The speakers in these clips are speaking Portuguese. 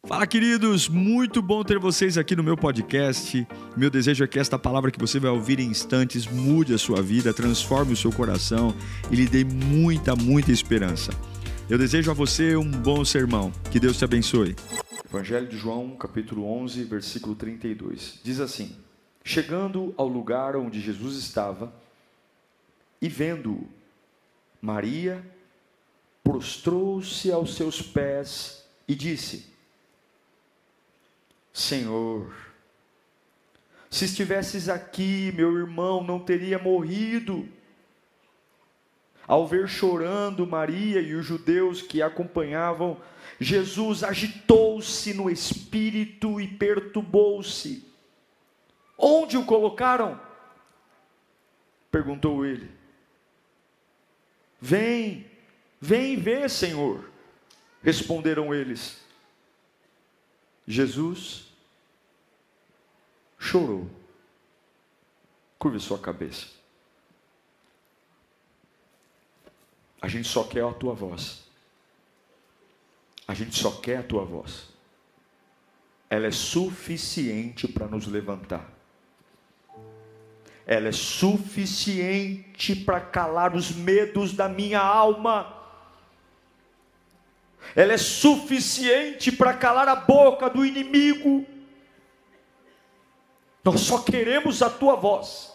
Fala, queridos, muito bom ter vocês aqui no meu podcast. Meu desejo é que esta palavra que você vai ouvir em instantes mude a sua vida, transforme o seu coração e lhe dê muita esperança. Eu desejo a você um bom sermão. Que Deus te abençoe. Evangelho de João, capítulo 11, versículo 32. Diz assim: chegando ao lugar onde Jesus estava e vendo-o, Maria prostrou-se aos seus pés e disse: Senhor, se estivesses aqui, meu irmão não teria morrido. Ao ver chorando Maria e os judeus que a acompanhavam, Jesus agitou-se no espírito e perturbou-se. Onde o colocaram? Perguntou ele. Vem ver, Senhor, responderam eles. Jesus chorou. Curve sua cabeça. A gente só quer a tua voz. A gente só quer a tua voz. Ela é suficiente para nos levantar. Ela é suficiente para calar os medos da minha alma. Ela é suficiente para calar a boca do inimigo. Nós só queremos a tua voz.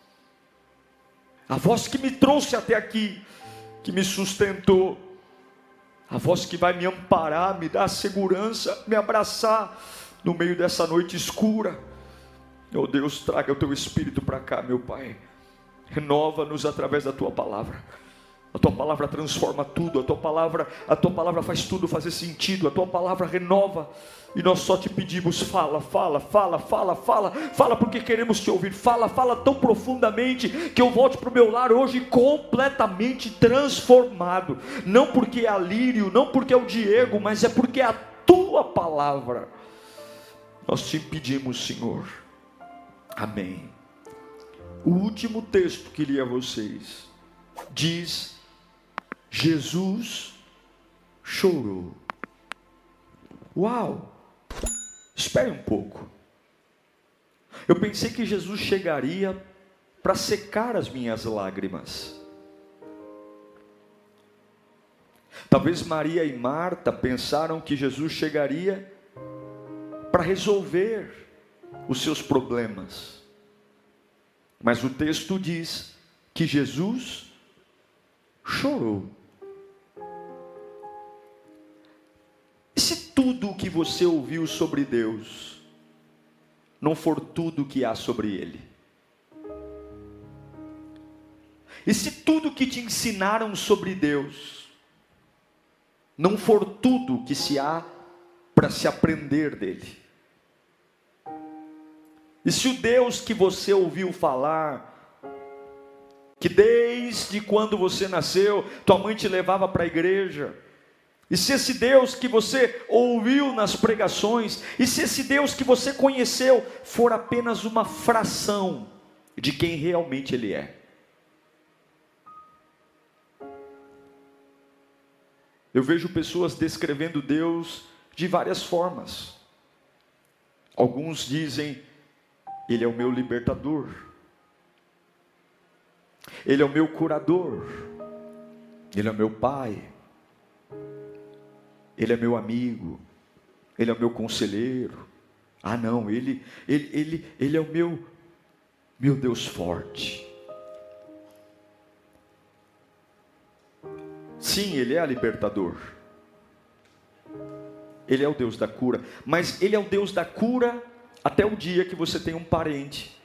A voz que me trouxe até aqui, que me sustentou. A voz que vai me amparar, me dar segurança, me abraçar no meio dessa noite escura. Oh Deus, traga o teu Espírito para cá, meu Pai. Renova-nos através da tua palavra. A tua palavra transforma tudo, a tua palavra faz tudo fazer sentido, a tua palavra renova, e nós só te pedimos, fala, porque queremos te ouvir, fala tão profundamente, que eu volte para o meu lar hoje completamente transformado, não porque é a Lírio, não porque é o Diego, mas é porque é a tua palavra, nós te pedimos, Senhor, amém. O último texto que li a vocês, diz: Jesus chorou. Uau! Espere um pouco. Eu pensei que Jesus chegaria para secar as minhas lágrimas. Talvez Maria e Marta pensaram que Jesus chegaria para resolver os seus problemas. Mas o texto diz que Jesus chorou. E se tudo o que você ouviu sobre Deus não for tudo o que há sobre Ele? E se tudo o que te ensinaram sobre Deus não for tudo o que se há para se aprender dele? E se o Deus que você ouviu falar, que desde quando você nasceu, tua mãe te levava para a igreja, e se esse Deus que você ouviu nas pregações, e se esse Deus que você conheceu, for apenas uma fração de quem realmente Ele é? Eu vejo pessoas descrevendo Deus de várias formas. Alguns dizem: Ele é o meu libertador, Ele é o meu curador, Ele é o meu pai, Ele é meu amigo, Ele é o meu conselheiro. Ah não, Ele é o meu Deus forte. Sim, Ele é a libertador, Ele é o Deus da cura, mas Ele é o Deus da cura até o dia que você tem um parente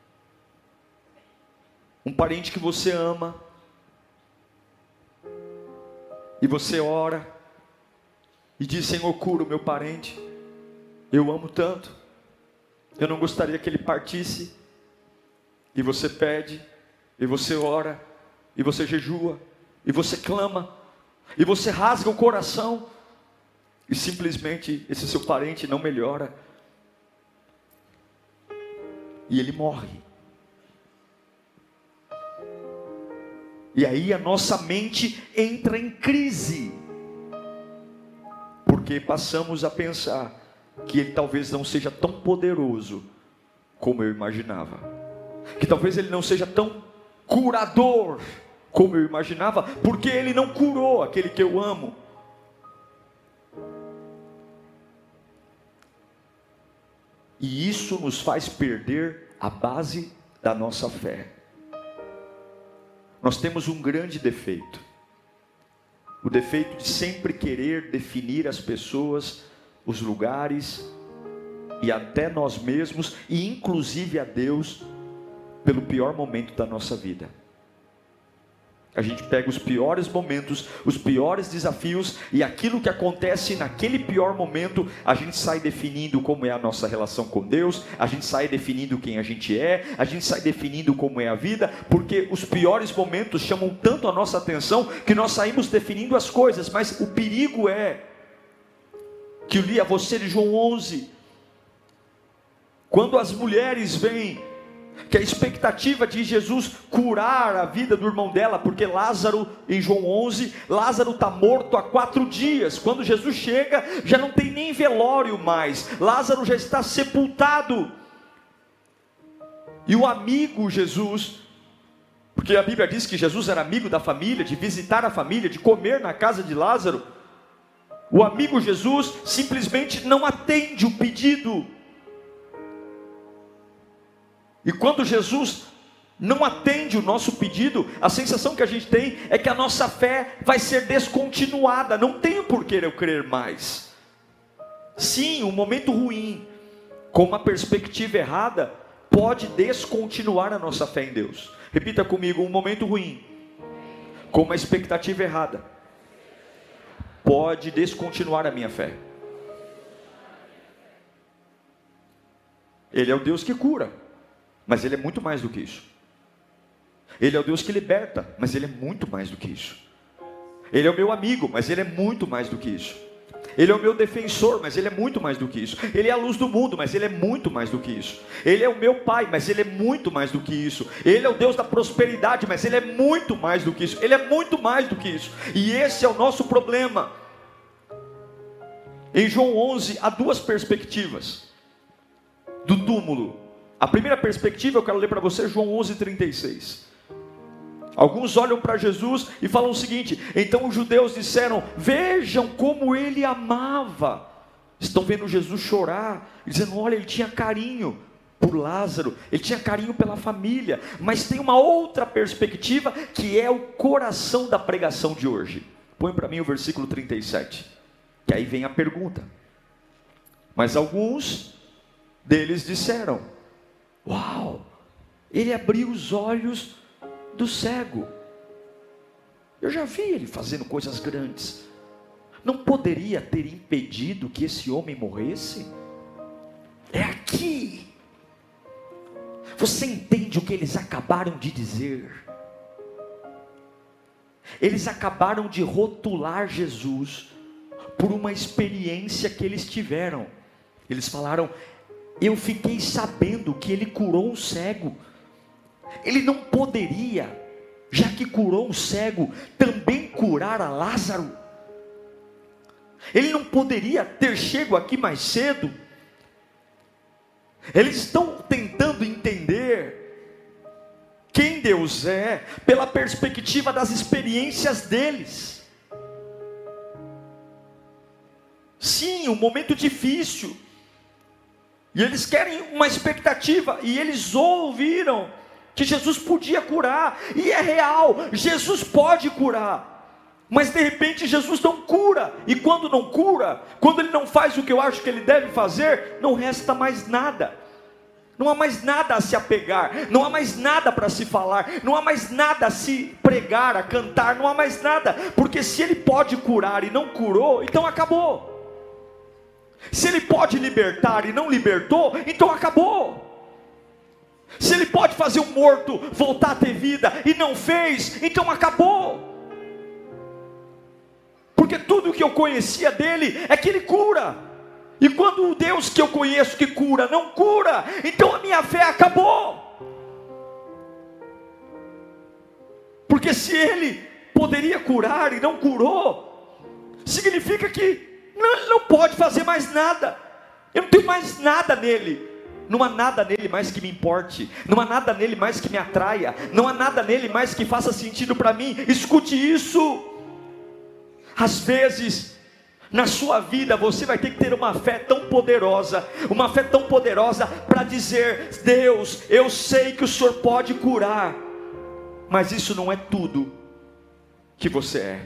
que você ama, e você ora e diz: Senhor, cura o meu parente, eu amo tanto, eu não gostaria que ele partisse. E você pede, e você ora, e você jejua, e você clama, e você rasga o coração, e simplesmente esse seu parente não melhora, e ele morre. E aí a nossa mente entra em crise, porque passamos a pensar que ele talvez não seja tão poderoso como eu imaginava, que talvez ele não seja tão curador como eu imaginava, porque ele não curou aquele que eu amo. E isso nos faz perder a base da nossa fé. Nós temos um grande defeito, o defeito de sempre querer definir as pessoas, os lugares e até nós mesmos, e inclusive a Deus, pelo pior momento da nossa vida. A gente pega os piores momentos, os piores desafios, e aquilo que acontece naquele pior momento, a gente sai definindo como é a nossa relação com Deus, a gente sai definindo quem a gente gente sai definindo como é a vida, porque os piores momentos chamam tanto a nossa atenção, que nós saímos definindo as coisas. Mas o perigo é, que eu li a você de João 11, quando as mulheres veem que a expectativa de Jesus curar a vida do irmão dela, porque Lázaro, em João 11, Lázaro está morto há 4 dias, quando Jesus chega, já não tem nem velório mais, Lázaro já está sepultado, e o amigo Jesus, porque a Bíblia diz que Jesus era amigo da família, de visitar a família, de comer na casa de Lázaro, o amigo Jesus simplesmente não atende o pedido. E quando Jesus não atende o nosso pedido, a sensação que a gente tem é que a nossa fé vai ser descontinuada. Não tenho por que eu crer mais. Sim, um momento ruim, com uma perspectiva errada, pode descontinuar a nossa fé em Deus. Repita comigo: um momento ruim, com uma expectativa errada, pode descontinuar a minha fé. Ele é o Deus que cura, mas Ele é muito mais do que isso. Ele é o Deus que liberta, mas Ele é muito mais do que isso. Ele é o meu amigo, mas Ele é muito mais do que isso. Ele é o meu defensor, mas Ele é muito mais do que isso. Ele é a luz do mundo, mas Ele é muito mais do que isso. Ele é o meu Pai, mas Ele é muito mais do que isso. Ele é o Deus da prosperidade, mas Ele é muito mais do que isso. Ele é muito mais do que isso. E esse é o nosso problema. Em João 11, há 2 perspectivas do túmulo. A primeira perspectiva eu quero ler para você, João 11:36. Alguns olham para Jesus e falam o seguinte: então os judeus disseram, vejam como ele amava. Estão vendo Jesus chorar, dizendo, olha, ele tinha carinho por Lázaro, ele tinha carinho pela família. Mas tem uma outra perspectiva, que é o coração da pregação de hoje. Põe para mim o versículo 37, que aí vem a pergunta. Mas alguns deles disseram, uau, ele abriu os olhos do cego. Eu já vi ele fazendo coisas grandes. Não poderia ter impedido que esse homem morresse? É aqui. Você entende o que eles acabaram de dizer? Eles acabaram de rotular Jesus por uma experiência que eles tiveram. Eles falaram, eu fiquei sabendo que ele curou um cego. Ele não poderia, já que curou um cego, também curar a Lázaro? Ele não poderia ter chego aqui mais cedo? Eles estão tentando entender quem Deus é pela perspectiva das experiências deles. Sim, um momento difícil, e eles querem uma expectativa, e eles ouviram que Jesus podia curar, e é real, Jesus pode curar, mas de repente Jesus não cura, e quando não cura, quando Ele não faz o que eu acho que Ele deve fazer, não resta mais nada, não há mais nada a se apegar, não há mais nada para se falar, não há mais nada a se pregar, a cantar, não há mais nada, porque se Ele pode curar e não curou, então acabou. Se Ele pode libertar e não libertou, então acabou. Se Ele pode fazer um morto voltar a ter vida e não fez, então acabou. Porque tudo que eu conhecia dele é que Ele cura. E quando o Deus que eu conheço que cura não cura, então a minha fé acabou. Porque se Ele poderia curar e não curou, significa que Não, ele não pode fazer mais nada. Eu não tenho mais nada nele. Não há nada nele mais que me importe. Não há nada nele mais que me atraia. Não há nada nele mais que faça sentido para mim. Escute isso. Às vezes, na sua vida, você vai ter que ter uma fé tão poderosa para dizer: Deus, eu sei que o Senhor pode curar, mas isso não é tudo que você é.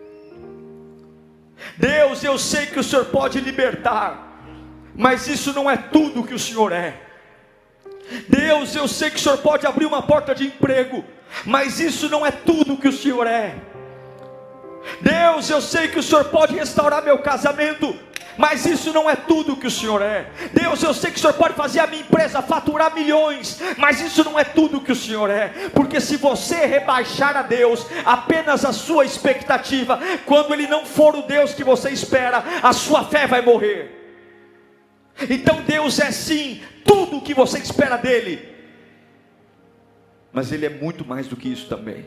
Deus, eu sei que o Senhor pode libertar, mas isso não é tudo que o Senhor é. Deus, eu sei que o Senhor pode abrir uma porta de emprego, mas isso não é tudo que o Senhor é. Deus, eu sei que o Senhor pode restaurar meu casamento, mas isso não é tudo que o Senhor é. Deus, eu sei que o Senhor pode fazer a minha empresa faturar milhões, mas isso não é tudo que o Senhor é. Porque se você rebaixar a Deus apenas a sua expectativa, quando Ele não for o Deus que você espera, a sua fé vai morrer. Então Deus é sim tudo o que você espera dEle, mas Ele é muito mais do que isso também.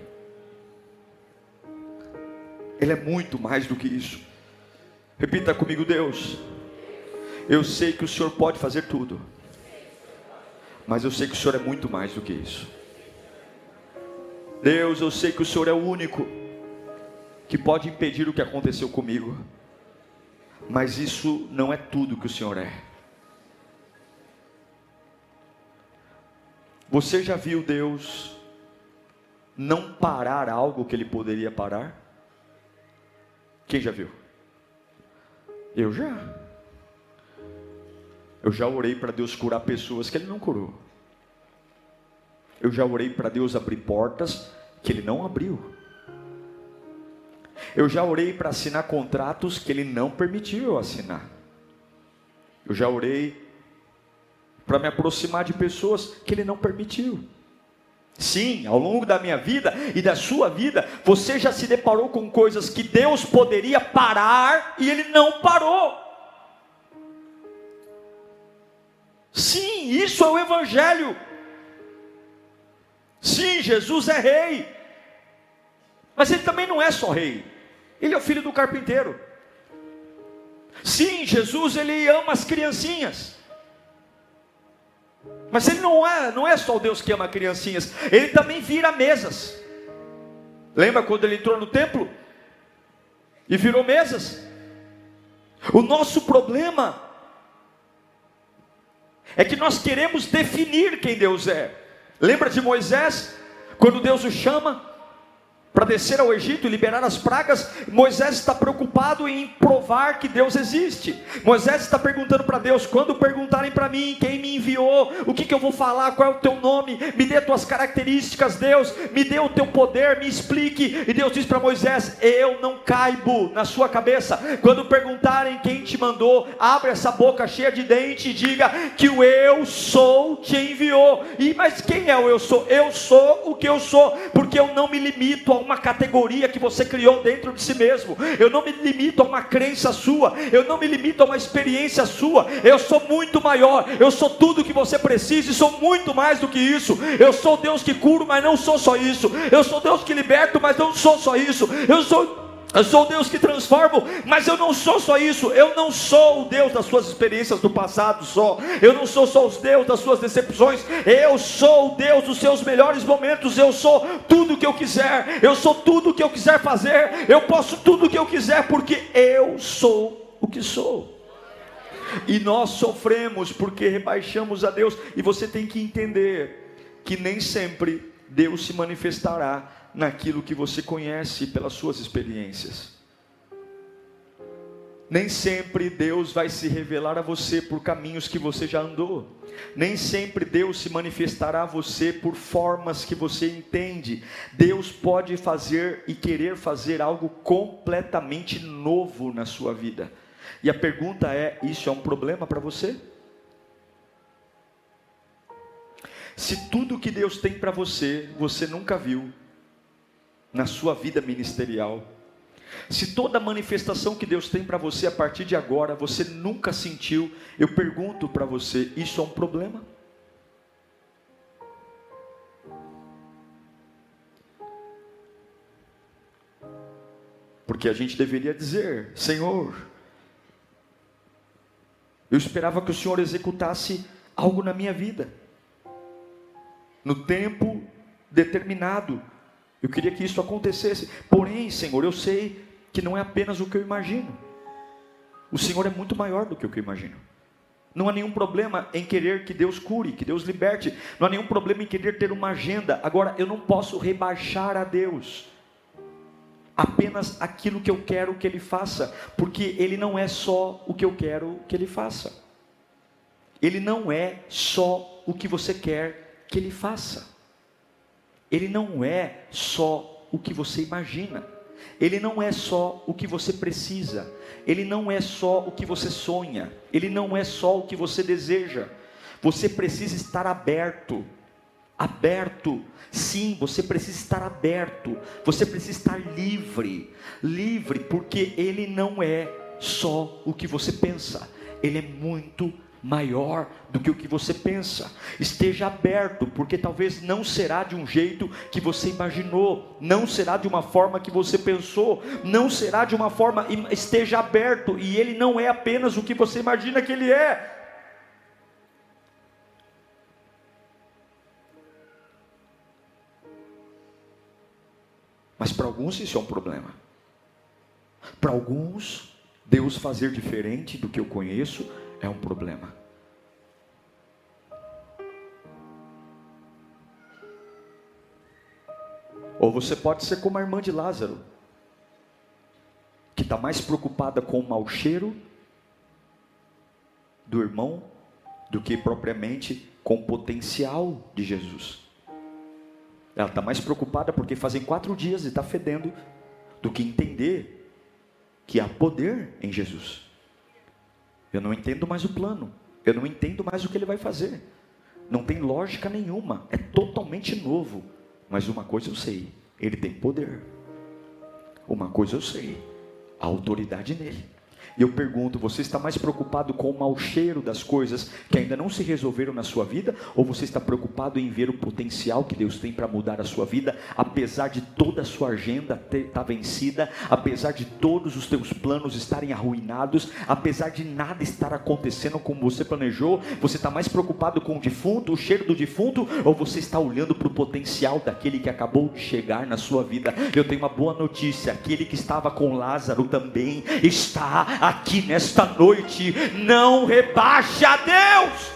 Ele é muito mais do que isso. Repita comigo: Deus, eu sei que o Senhor pode fazer tudo, mas eu sei que o Senhor é muito mais do que isso. Deus, eu sei que o Senhor é o único que pode impedir o que aconteceu comigo, mas isso não é tudo que o Senhor é. Você já viu Deus não parar algo que Ele poderia parar? Quem já viu? Eu já orei para Deus curar pessoas que Ele não curou. Eu já orei para Deus abrir portas que Ele não abriu. Eu já orei para assinar contratos que Ele não permitiu eu assinar. Eu já orei para me aproximar de pessoas que Ele não permitiu. Sim, ao longo da minha vida e da sua vida, você já se deparou com coisas que Deus poderia parar e Ele não parou. Sim, isso é o Evangelho. Sim, Jesus é rei, mas Ele também não é só rei. Ele é o filho do carpinteiro. Sim, Jesus, Ele ama as criancinhas, mas Ele não é só o Deus que ama criancinhas. Ele também vira mesas. Lembra quando Ele entrou no templo e virou mesas? O nosso problema é que nós queremos definir quem Deus é. Lembra de Moisés, quando Deus o chama para descer ao Egito e liberar as pragas? Moisés está preocupado em provar que Deus existe. Moisés está perguntando para Deus: quando perguntarem para mim quem me enviou, o que eu vou falar, qual é o teu nome, me dê as tuas características, Deus, me dê o teu poder, me explique. E Deus diz para Moisés: eu não caibo na sua cabeça. Quando perguntarem quem te mandou, abre essa boca cheia de dente e diga que o eu sou te enviou. Mas quem é o eu sou? Eu sou o que eu sou, porque eu não me limito a uma categoria que você criou dentro de si mesmo. Eu não me limito a uma crença sua, eu não me limito a uma experiência sua. Eu sou muito maior, eu sou tudo que você precisa e sou muito mais do que isso. Eu sou Deus que curo, mas não sou só isso. Eu sou Deus que liberto, mas não sou só isso. Eu sou o Deus que transformo, mas eu não sou só isso. Eu não sou o Deus das suas experiências do passado só. Eu não sou só o Deus das suas decepções. Eu sou o Deus dos seus melhores momentos. Eu sou tudo o que eu quiser. Eu sou tudo o que eu quiser fazer. Eu posso tudo o que eu quiser, porque eu sou o que sou. E nós sofremos porque rebaixamos a Deus. E você tem que entender que nem sempre Deus se manifestará naquilo que você conhece pelas suas experiências. Nem sempre Deus vai se revelar a você por caminhos que você já andou. Nem sempre Deus se manifestará a você por formas que você entende. Deus pode fazer e querer fazer algo completamente novo na sua vida. E a pergunta é: isso é um problema para você? Se tudo que Deus tem para você, você nunca viu na sua vida ministerial, se toda a manifestação que Deus tem para você a partir de agora, você nunca sentiu, eu pergunto para você: isso é um problema? Porque a gente deveria dizer: Senhor, Eu esperava que o Senhor executasse algo na minha vida, no tempo determinado. Eu queria que isso acontecesse. Porém, Senhor, eu sei que não é apenas o que eu imagino. O Senhor é muito maior do que o que eu imagino. Não há nenhum problema em querer que Deus cure, que Deus liberte. Não há nenhum problema em querer ter uma agenda. Agora, eu não posso rebaixar a Deus apenas aquilo que eu quero que Ele faça, porque Ele não é só o que eu quero que Ele faça. Ele não é só o que você quer que Ele faça. Ele não é só o que você imagina. Ele não é só o que você precisa. Ele não é só o que você sonha. Ele não é só o que você deseja. Você precisa estar aberto. Aberto. Sim, você precisa estar aberto. Você precisa estar livre. Livre, porque Ele não é só o que você pensa. Ele é muito maior do que o que você pensa. Esteja aberto, porque talvez não será de um jeito que você imaginou, não será de uma forma que você pensou, não será de uma forma. Esteja aberto, e Ele não é apenas o que você imagina que Ele é. Mas para alguns isso é um problema. Para alguns, Deus fazer diferente do que eu conheço é um problema. Ou você pode ser como a irmã de Lázaro, que está mais preocupada com o mau cheiro do irmão do que propriamente com o potencial de Jesus. Ela está mais preocupada porque fazem 4 dias e está fedendo, do que entender que há poder em Jesus. Eu não entendo mais o plano, eu não entendo mais o que Ele vai fazer, não tem lógica nenhuma, é totalmente novo. Mas uma coisa eu sei, Ele tem poder. Uma coisa eu sei, a autoridade nele. E eu pergunto, você está mais preocupado com o mau cheiro das coisas que ainda não se resolveram na sua vida? Ou você está preocupado em ver o potencial que Deus tem para mudar a sua vida, apesar de toda a sua agenda estar vencida, apesar de todos os teus planos estarem arruinados, apesar de nada estar acontecendo como você planejou? Você está mais preocupado com o defunto, o cheiro do defunto, ou você está olhando para o potencial daquele que acabou de chegar na sua vida? Eu tenho uma boa notícia, aquele que estava com Lázaro também está aqui nesta noite. Não rebaixe a Deus.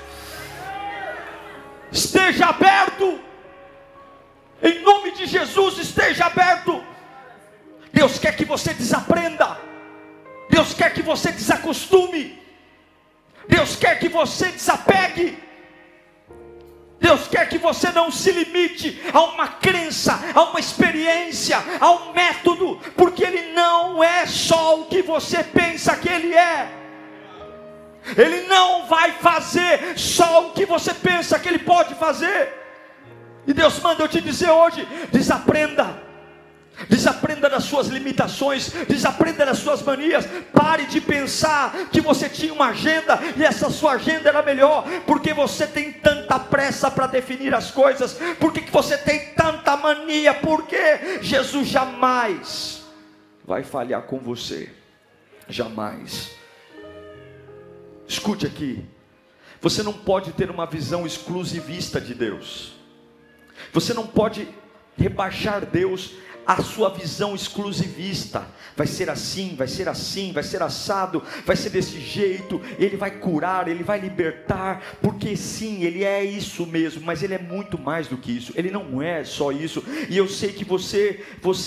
Esteja aberto. Em nome de Jesus, esteja aberto. Deus quer que você desaprenda. Deus quer que você desacostume. Deus quer que você desapegue. Deus quer que você não se limite a uma crença, a uma experiência, a um método, porque Ele não é só o que você pensa que Ele é. Ele não vai fazer só o que você pensa que Ele pode fazer. E Deus manda eu te dizer hoje, desaprenda. Desaprenda das suas limitações, desaprenda das suas manias. Pare de pensar que você tinha uma agenda e essa sua agenda era melhor. Porque você tem tanta pressa para definir as coisas? Por que você tem tanta mania? Porque Jesus jamais vai falhar com você. Jamais. Escute aqui. Você não pode ter uma visão exclusivista de Deus. Você não pode rebaixar Deus a sua visão exclusivista. Vai ser assim, vai ser assim, vai ser assado, vai ser desse jeito. Ele vai curar, Ele vai libertar, porque sim, Ele é isso mesmo, mas Ele é muito mais do que isso. Ele não é só isso. E eu sei que você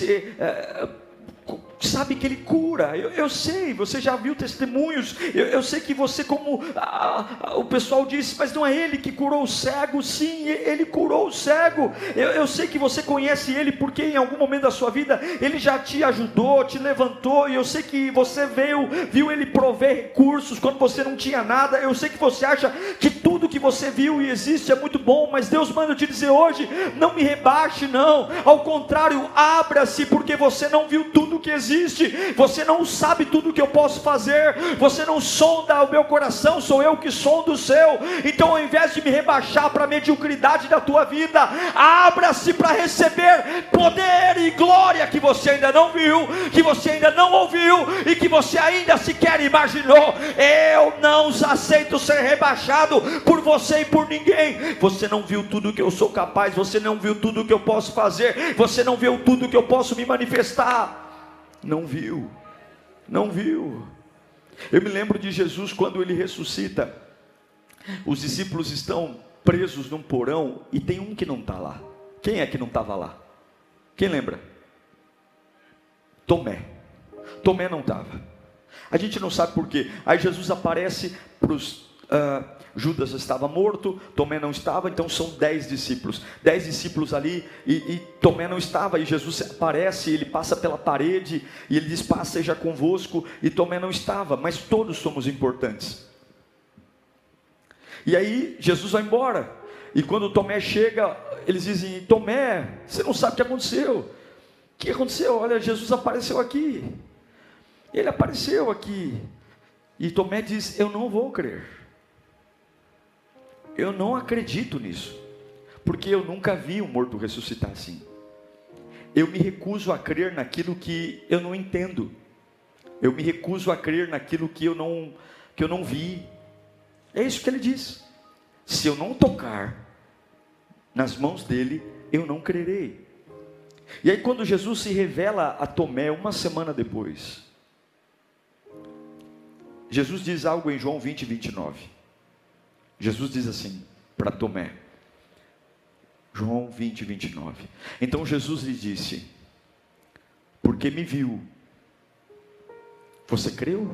sabe que Ele cura. Eu sei, você já viu testemunhos. Eu sei que você, como o pessoal disse, mas não é Ele que curou o cego? Sim, Ele curou o cego. Eu sei que você conhece Ele, porque em algum momento da sua vida Ele já te ajudou, te levantou. E eu sei que você viu Ele prover recursos quando você não tinha nada. Eu sei que você acha que tudo que você viu e existe é muito bom, mas Deus manda eu te dizer hoje, não me rebaixe não. Ao contrário, abra-se, porque você não viu tudo que existe existe, você não sabe tudo que eu posso fazer, você não sonda o meu coração, sou eu que sondo o seu. Então, ao invés de me rebaixar para a mediocridade da tua vida, abra-se para receber poder e glória que você ainda não viu, que você ainda não ouviu e que você ainda sequer imaginou. Eu não aceito ser rebaixado por você e por ninguém. Você não viu tudo que eu sou capaz, você não viu tudo que eu posso fazer, você não viu tudo que eu posso me manifestar. Não viu. Eu me lembro de Jesus quando ele ressuscita. Os discípulos estão presos num porão e tem um que não está lá. Quem é que não estava lá? Quem lembra? Tomé não estava. A gente não sabe por quê. Aí Jesus aparece para os... Judas estava morto, Tomé não estava, então são 10 discípulos. 10 discípulos ali e Tomé não estava. E Jesus aparece, ele passa pela parede e ele diz: paz seja convosco. E Tomé não estava, mas todos somos importantes. E aí Jesus vai embora. E quando Tomé chega, eles dizem: Tomé, você não sabe o que aconteceu. O que aconteceu? Olha, Jesus apareceu aqui. Ele apareceu aqui. E Tomé diz: eu não vou crer. Eu não acredito nisso. Porque eu nunca vi um morto ressuscitar assim. Eu me recuso a crer naquilo que eu não entendo. Eu me recuso a crer naquilo que eu não vi. É isso que ele diz. Se eu não tocar nas mãos dele, eu não crerei. E aí quando Jesus se revela a Tomé uma semana depois, Jesus diz algo em João 20, 29. Jesus diz assim para Tomé, João 20, 29. Então Jesus lhe disse: porque me viu, você creu?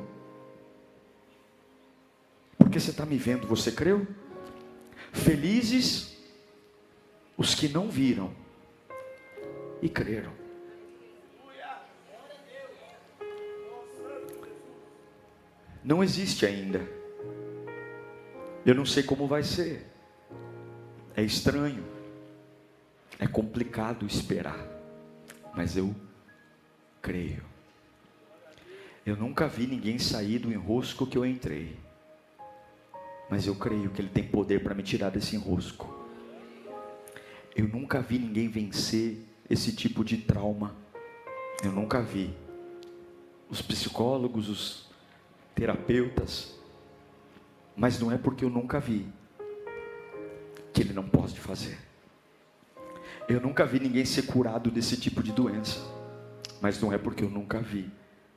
Porque você está me vendo, você creu? Felizes os que não viram e creram. Não existe ainda. Eu não sei como vai ser. É estranho. É complicado esperar. Mas eu creio. Eu nunca vi ninguém sair do enrosco que eu entrei. Mas eu creio que Ele tem poder para me tirar desse enrosco. Eu nunca vi ninguém vencer esse tipo de trauma. Eu nunca vi. Os psicólogos, os terapeutas. Mas não é porque eu nunca vi que Ele não pode fazer. Eu nunca vi ninguém ser curado desse tipo de doença. Mas não é porque eu nunca vi.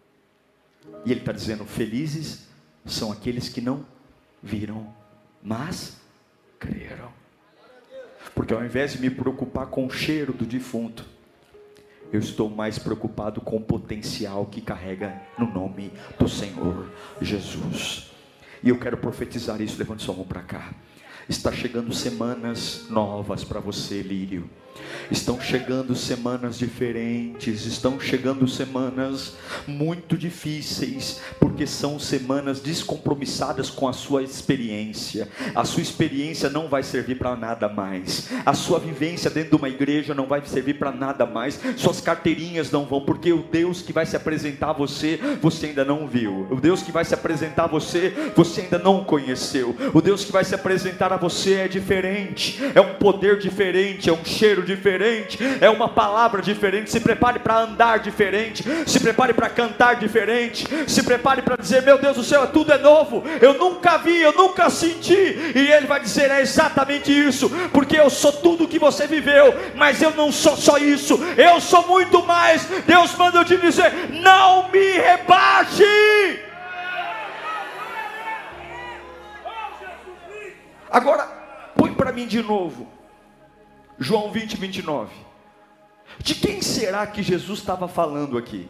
E Ele está dizendo: felizes são aqueles que não viram, mas creram. Porque ao invés de me preocupar com o cheiro do defunto, eu estou mais preocupado com o potencial que carrega no nome do Senhor Jesus. E eu quero profetizar isso. Levante sua mão para cá. Está chegando semanas novas para você, Lírio. Estão chegando semanas diferentes. Estão chegando semanas muito difíceis, porque são semanas descompromissadas com a sua experiência. A sua experiência não vai servir para nada mais. A sua vivência dentro de uma igreja não vai servir para nada mais. Suas carteirinhas não vão, porque o Deus que vai se apresentar a você, você ainda não viu. O Deus que vai se apresentar a você, você ainda não conheceu. O Deus que vai se apresentar a você é diferente. É um poder diferente, é um cheiro diferente, é uma palavra diferente. Se prepare para andar diferente, se prepare para cantar diferente, se prepare para dizer: meu Deus do céu, tudo é novo, eu nunca vi, eu nunca senti. E Ele vai dizer: é exatamente isso, porque eu sou tudo que você viveu, mas eu não sou só isso, eu sou muito mais. Deus manda eu te dizer: não me rebaixe. Agora põe para mim de novo João 20, 29. De quem será que Jesus estava falando aqui?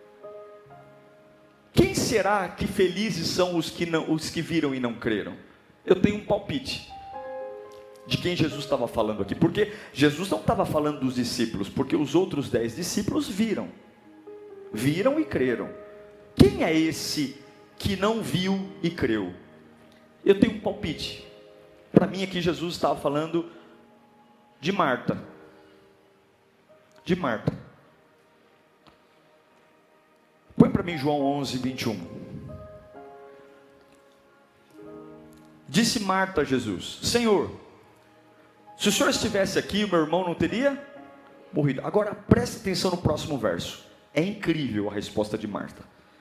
Quem será que felizes são os que viram e não creram? Eu tenho um palpite de quem Jesus estava falando aqui, porque Jesus não estava falando dos discípulos, porque os outros 10 discípulos viram e creram. Quem é esse que não viu e creu? Eu tenho um palpite. Para mim aqui Jesus estava falando de Marta. para mim João 11, 21. Disse Marta a Jesus: Senhor, se o Senhor estivesse aqui, o meu irmão não teria morrido. Agora preste atenção no próximo verso. É incrível a resposta de Marta.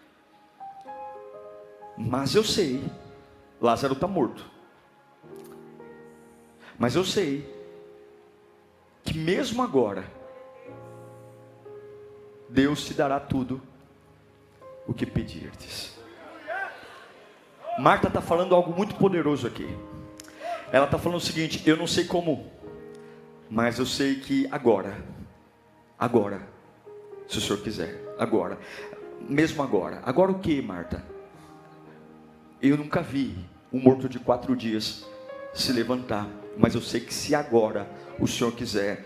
Mas eu sei, Lázaro está morto. Mas eu sei que mesmo agora, Deus te dará tudo o que pedirdes. Marta está falando algo muito poderoso aqui. Ela está falando o seguinte: eu não sei como, mas eu sei que agora, se o Senhor quiser, agora, mesmo agora o que, Marta? Eu nunca vi um morto de 4 dias se levantar, mas eu sei que se agora o Senhor quiser,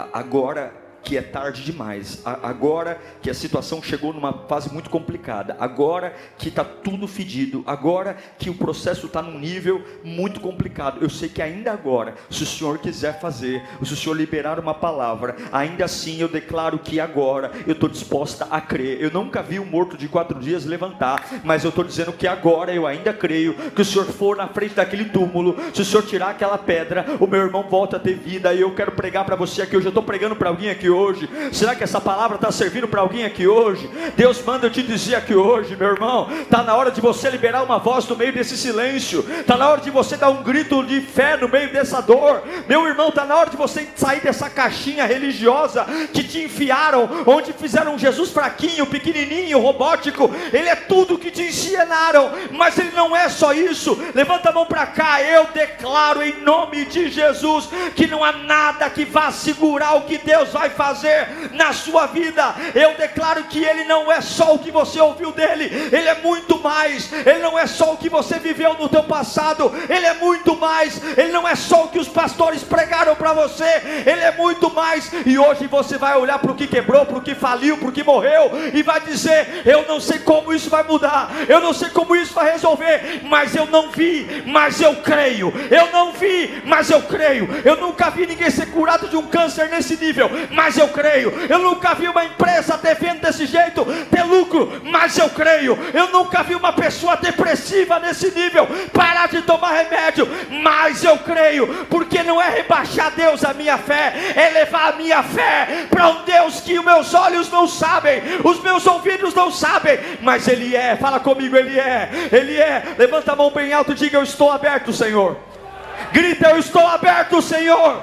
agora que é tarde demais, agora que a situação chegou numa fase muito complicada, agora que está tudo fedido, agora que o processo está num nível muito complicado, eu sei que ainda agora, se o Senhor quiser fazer, se o Senhor liberar uma palavra, ainda assim eu declaro que agora eu estou disposta a crer. Eu nunca vi um morto de 4 dias levantar, mas eu estou dizendo que agora eu ainda creio que o Senhor for na frente daquele túmulo, se o Senhor tirar aquela pedra, o meu irmão volta a ter vida. E eu quero pregar para você aqui hoje. Eu estou pregando para alguém aqui hoje. Será que essa palavra está servindo para alguém aqui hoje? Deus manda eu te dizer aqui hoje, meu irmão, está na hora de você liberar uma voz no meio desse silêncio, está na hora de você dar um grito de fé no meio dessa dor, meu irmão, está na hora de você sair dessa caixinha religiosa que te enfiaram, onde fizeram Jesus fraquinho, pequenininho, robótico. Ele é tudo que te ensinaram, mas ele não é só isso. Levanta a mão para cá. Eu declaro em nome de Jesus que não há nada que vá segurar o que Deus vai fazer na sua vida. Eu declaro que Ele não é só o que você ouviu dele, Ele é muito mais. Ele não é só o que você viveu no teu passado, Ele é muito mais. Ele não é só o que os pastores pregaram para você, Ele é muito mais. E hoje você vai olhar para o que quebrou, para o que faliu, para o que morreu, e vai dizer: eu não sei como isso vai mudar, eu não sei como isso vai resolver, mas eu não vi, mas eu creio. Eu não vi, mas eu creio. Eu nunca vi ninguém ser curado de um câncer nesse nível, mas eu creio. Eu nunca vi uma empresa ter venda desse jeito, ter lucro, mas eu creio. Eu nunca vi uma pessoa depressiva nesse nível parar de tomar remédio, mas eu creio. Porque não é rebaixar Deus a minha fé, é levar a minha fé para um Deus que os meus olhos não sabem, os meus ouvidos não sabem, mas Ele é. Fala comigo, Ele é. Ele é. Levanta a mão bem alto e diga: eu estou aberto, Senhor. Grita: eu estou aberto, Senhor.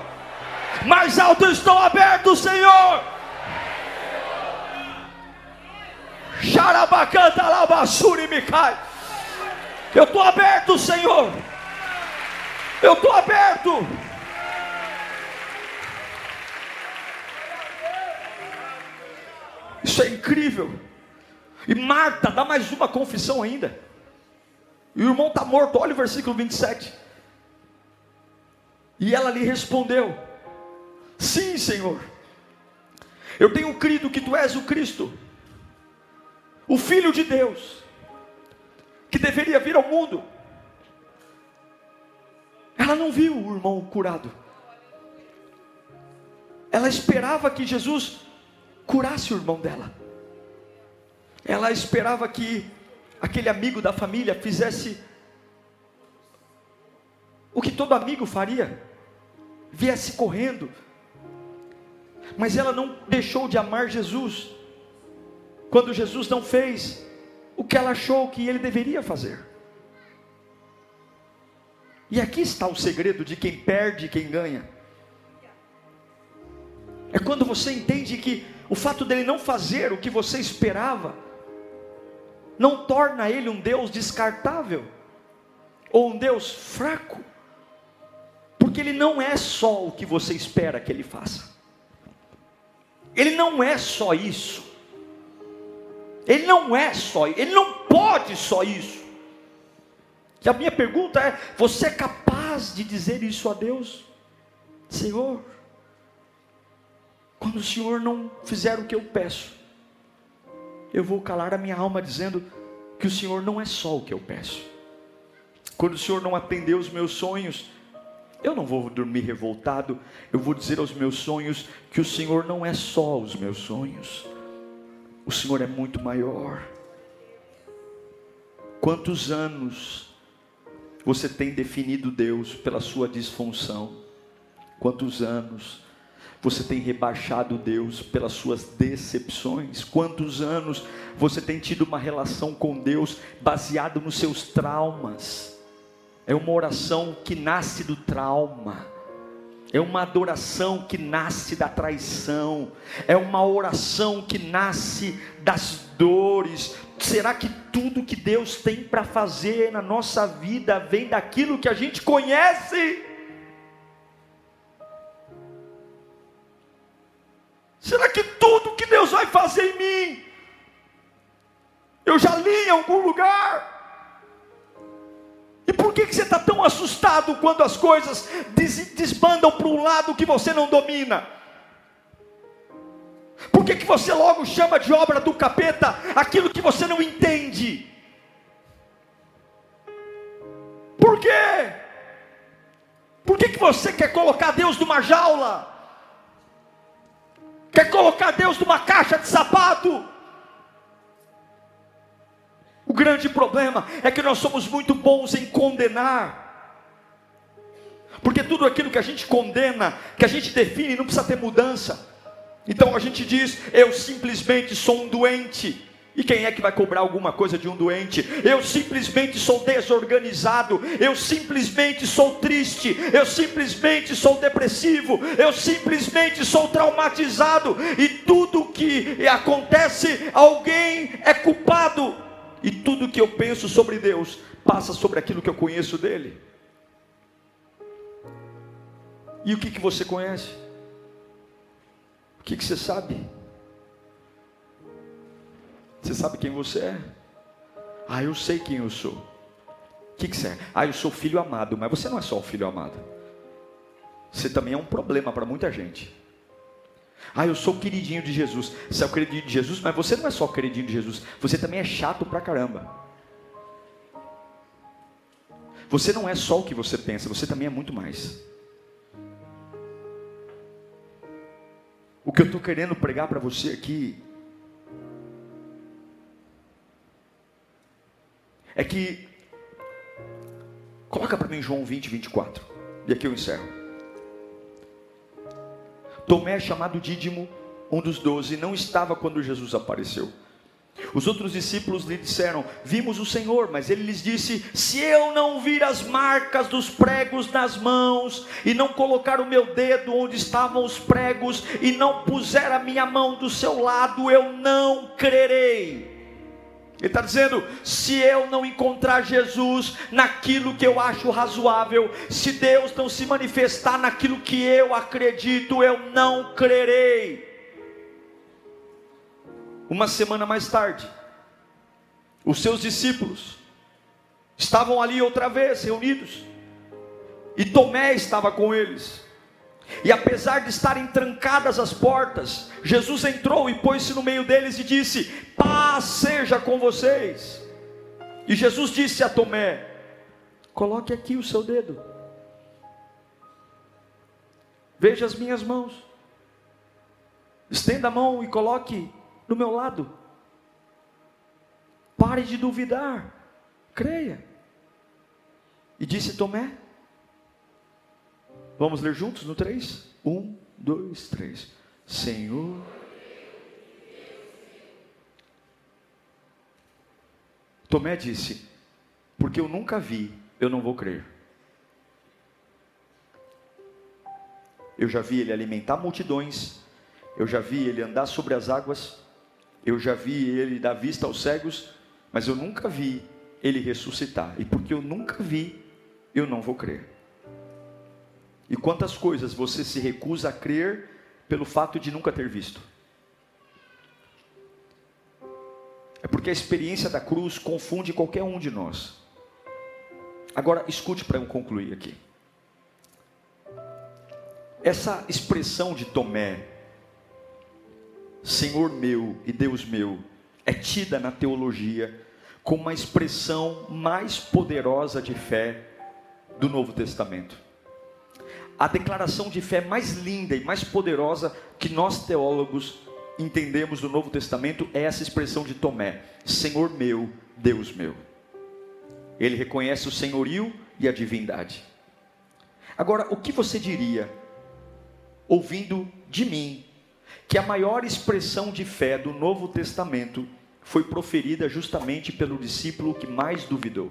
Mais alto: eu estou aberto, Senhor. Xarabacanta labassuri me cai. Eu estou aberto, Senhor. Eu estou aberto. Isso é incrível. E Marta dá mais uma confissão ainda. E o irmão está morto. Olha o versículo 27. E ela lhe respondeu: sim, Senhor, eu tenho crido que Tu és o Cristo, o Filho de Deus, que deveria vir ao mundo. Ela não viu o irmão curado. Ela esperava que Jesus curasse o irmão dela. Ela esperava que aquele amigo da família fizesse o que todo amigo faria, viesse correndo. Mas ela não deixou de amar Jesus quando Jesus não fez o que ela achou que ele deveria fazer. E aqui está o segredo de quem perde e quem ganha. É quando você entende que o fato dele não fazer o que você esperava não torna ele um Deus descartável ou um Deus fraco, porque ele não é só o que você espera que ele faça. Ele não é só isso. Ele não é só, ele não pode só isso. E a minha pergunta é: você é capaz de dizer isso a Deus? Senhor, quando o Senhor não fizer o que eu peço, eu vou calar a minha alma dizendo que o Senhor não é só o que eu peço. Quando o Senhor não atender os meus sonhos, eu não vou dormir revoltado. Eu vou dizer aos meus sonhos que o Senhor não é só os meus sonhos. O Senhor é muito maior. Quantos anos você tem definido Deus pela sua disfunção? Quantos anos você tem rebaixado Deus pelas suas decepções? Quantos anos você tem tido uma relação com Deus baseado nos seus traumas? É uma oração que nasce do trauma. É uma adoração que nasce da traição. É uma oração que nasce das dores. Será que tudo que Deus tem para fazer na nossa vida vem daquilo que a gente conhece? Será que tudo que Deus vai fazer em mim, eu já li em algum lugar? E por que você está tão assustado quando as coisas desbandam para um lado que você não domina? Por que você logo chama de obra do capeta aquilo que você não entende? Por quê? Por que você quer colocar Deus numa jaula? Quer colocar Deus numa caixa de sapato? O grande problema é que nós somos muito bons em condenar. Porque tudo aquilo que a gente condena, que a gente define, não precisa ter mudança. Então a gente diz, eu simplesmente sou um doente. E quem é que vai cobrar alguma coisa de um doente? Eu simplesmente sou desorganizado, eu simplesmente sou triste, eu simplesmente sou depressivo, eu simplesmente sou traumatizado, e tudo que acontece, alguém é culpado, e tudo que eu penso sobre Deus, passa sobre aquilo que eu conheço dele. E o que você conhece? O que você sabe? Você sabe quem você é? Ah, eu sei quem eu sou. O que você é? Ah, eu sou filho amado. Mas você não é só o filho amado. Você também é um problema para muita gente. Ah, eu sou o queridinho de Jesus. Você é o queridinho de Jesus, mas você não é só o queridinho de Jesus. Você também é chato pra caramba. Você não é só o que você pensa, você também é muito mais. O que eu estou querendo pregar para você aqui é que, coloca para mim João 20, 24, e aqui eu encerro. Tomé, chamado Dídimo, um dos 12, não estava quando Jesus apareceu. Os outros discípulos lhe disseram, vimos o Senhor, mas ele lhes disse, se eu não vir as marcas dos pregos nas mãos, e não colocar o meu dedo onde estavam os pregos, e não puser a minha mão do seu lado, eu não crerei. Ele está dizendo, se eu não encontrar Jesus naquilo que eu acho razoável, se Deus não se manifestar naquilo que eu acredito, eu não crerei. Uma semana mais tarde, os seus discípulos estavam ali outra vez reunidos, e Tomé estava com eles. E apesar de estarem trancadas as portas, Jesus entrou e pôs-se no meio deles e disse, paz seja com vocês. E Jesus disse a Tomé, coloque aqui o seu dedo, veja as minhas mãos, estenda a mão e coloque do meu lado, pare de duvidar, creia. E disse Tomé, vamos ler juntos no 3? 1, 2, 3. Senhor, Tomé disse, porque eu nunca vi, eu não vou crer. Eu já vi ele alimentar multidões, eu já vi ele andar sobre as águas, eu já vi ele dar vista aos cegos, mas eu nunca vi ele ressuscitar. E porque eu nunca vi, eu não vou crer. E quantas coisas você se recusa a crer pelo fato de nunca ter visto? É porque a experiência da cruz confunde qualquer um de nós. Agora, escute para eu concluir aqui. Essa expressão de Tomé, Senhor meu e Deus meu, é tida na teologia como uma expressão mais poderosa de fé do Novo Testamento. A declaração de fé mais linda e mais poderosa que nós teólogos entendemos do Novo Testamento é essa expressão de Tomé, Senhor meu, Deus meu. Ele reconhece o senhorio e a divindade. Agora, o que você diria, ouvindo de mim, que a maior expressão de fé do Novo Testamento foi proferida justamente pelo discípulo que mais duvidou?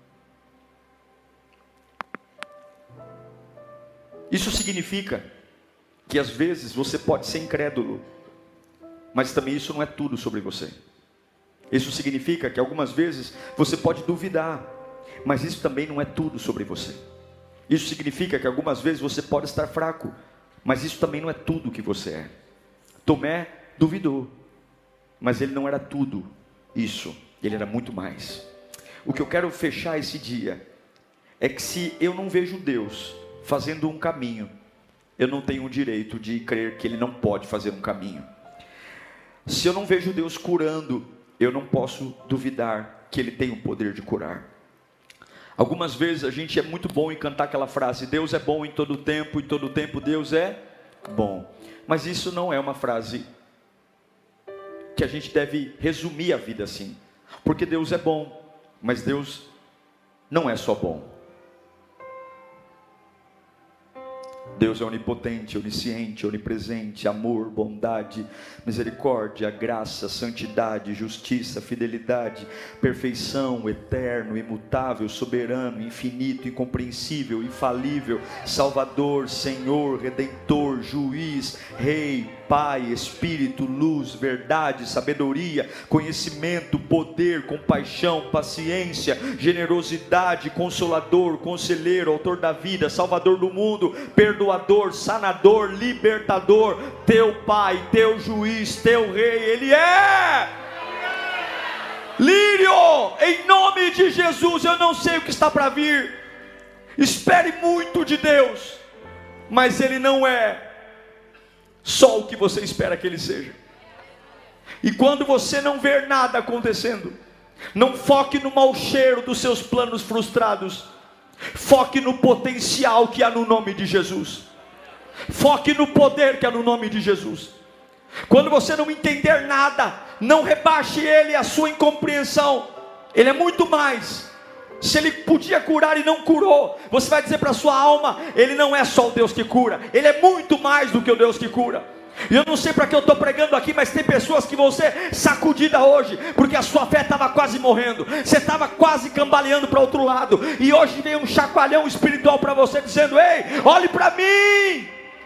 Isso significa que às vezes você pode ser incrédulo, mas também isso não é tudo sobre você. Isso significa que algumas vezes você pode duvidar, mas isso também não é tudo sobre você. Isso significa que algumas vezes você pode estar fraco, mas isso também não é tudo que você é. Tomé duvidou, mas ele não era tudo isso, ele era muito mais. O que eu quero fechar esse dia é que se eu não vejo Deus fazendo um caminho, eu não tenho o direito de crer que Ele não pode fazer um caminho. Se eu não vejo Deus curando, eu não posso duvidar que Ele tem o poder de curar. Algumas vezes a gente é muito bom em cantar aquela frase: Deus é bom em todo tempo, e todo tempo Deus é bom. Mas isso não é uma frase que a gente deve resumir a vida assim. Porque Deus é bom, mas Deus não é só bom. Deus é onipotente, onisciente, onipresente, amor, bondade, misericórdia, graça, santidade, justiça, fidelidade, perfeição, eterno, imutável, soberano, infinito, incompreensível, infalível, Salvador, Senhor, Redentor, Juiz, Rei, Pai, Espírito, luz, verdade, sabedoria, conhecimento, poder, compaixão, paciência, generosidade, consolador, conselheiro, autor da vida, salvador do mundo, perdoador, sanador, libertador, teu Pai, teu juiz, teu rei, Ele é Lírio, em nome de Jesus. Eu não sei o que está para vir, espere muito de Deus, mas Ele não é só o que você espera que Ele seja. E quando você não ver nada acontecendo, não foque no mau cheiro dos seus planos frustrados, foque no potencial que há no nome de Jesus, foque no poder que há no nome de Jesus. Quando você não entender nada, não rebaixe Ele a sua incompreensão. Ele é muito mais. Se Ele podia curar e não curou, você vai dizer para a sua alma: Ele não é só o Deus que cura, Ele é muito mais do que o Deus que cura. E eu não sei para que eu estou pregando aqui, mas tem pessoas que vão ser sacudidas hoje, porque a sua fé estava quase morrendo, você estava quase cambaleando para outro lado, e hoje vem um chacoalhão espiritual para você, dizendo: ei, olhe para mim.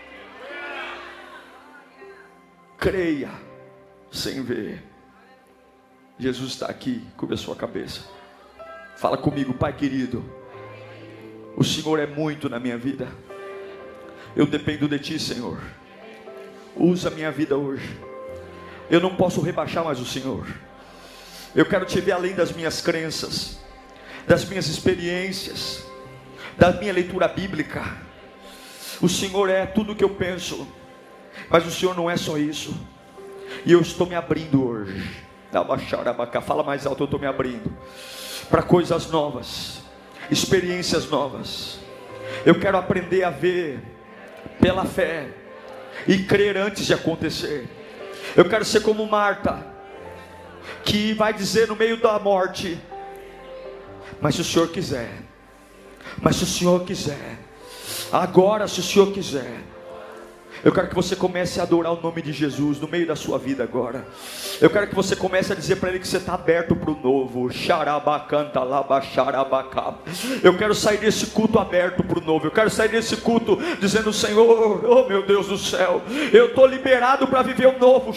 Creia sem ver. Jesus está aqui. Curva a sua cabeça. Fala comigo: Pai querido, o Senhor é muito na minha vida, eu dependo de Ti, Senhor. Usa a minha vida hoje. Eu não posso rebaixar mais o Senhor. Eu quero Te ver além das minhas crenças, das minhas experiências, da minha leitura bíblica. O Senhor é tudo o que eu penso, mas o Senhor não é só isso. E eu estou me abrindo hoje. Fala mais alto: eu estou me abrindo para coisas novas, experiências novas. Eu quero aprender a ver pela fé e crer antes de acontecer. Eu quero ser como Marta, que vai dizer no meio da morte: mas se o Senhor quiser, mas se o Senhor quiser, agora, se o Senhor quiser. Eu quero que você comece a adorar o nome de Jesus no meio da sua vida agora. Eu quero que você comece a dizer para Ele que você está aberto para o novo. Eu quero sair desse culto aberto para o novo. Eu quero sair desse culto dizendo: Senhor, oh meu Deus do céu, eu estou liberado para viver o novo.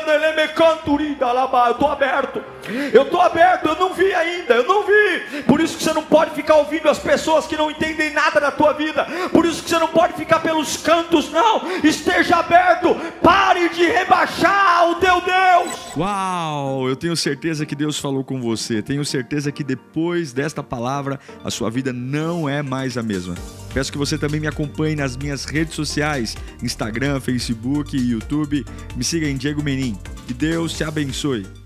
Eu estou aberto. Eu estou aberto, eu não vi ainda, eu não vi. Por isso que você não pode ficar ouvindo as pessoas que não entendem nada da tua vida. Por isso que você não pode ficar pelos cantos, não. Esteja aberto, pare de rebaixar o teu Deus. Uau, eu tenho certeza que Deus falou com você. Tenho certeza que depois desta palavra, a sua vida não é mais a mesma. Peço que você também me acompanhe nas minhas redes sociais, Instagram, Facebook e YouTube. Me siga em Diego Menin. Que Deus te abençoe.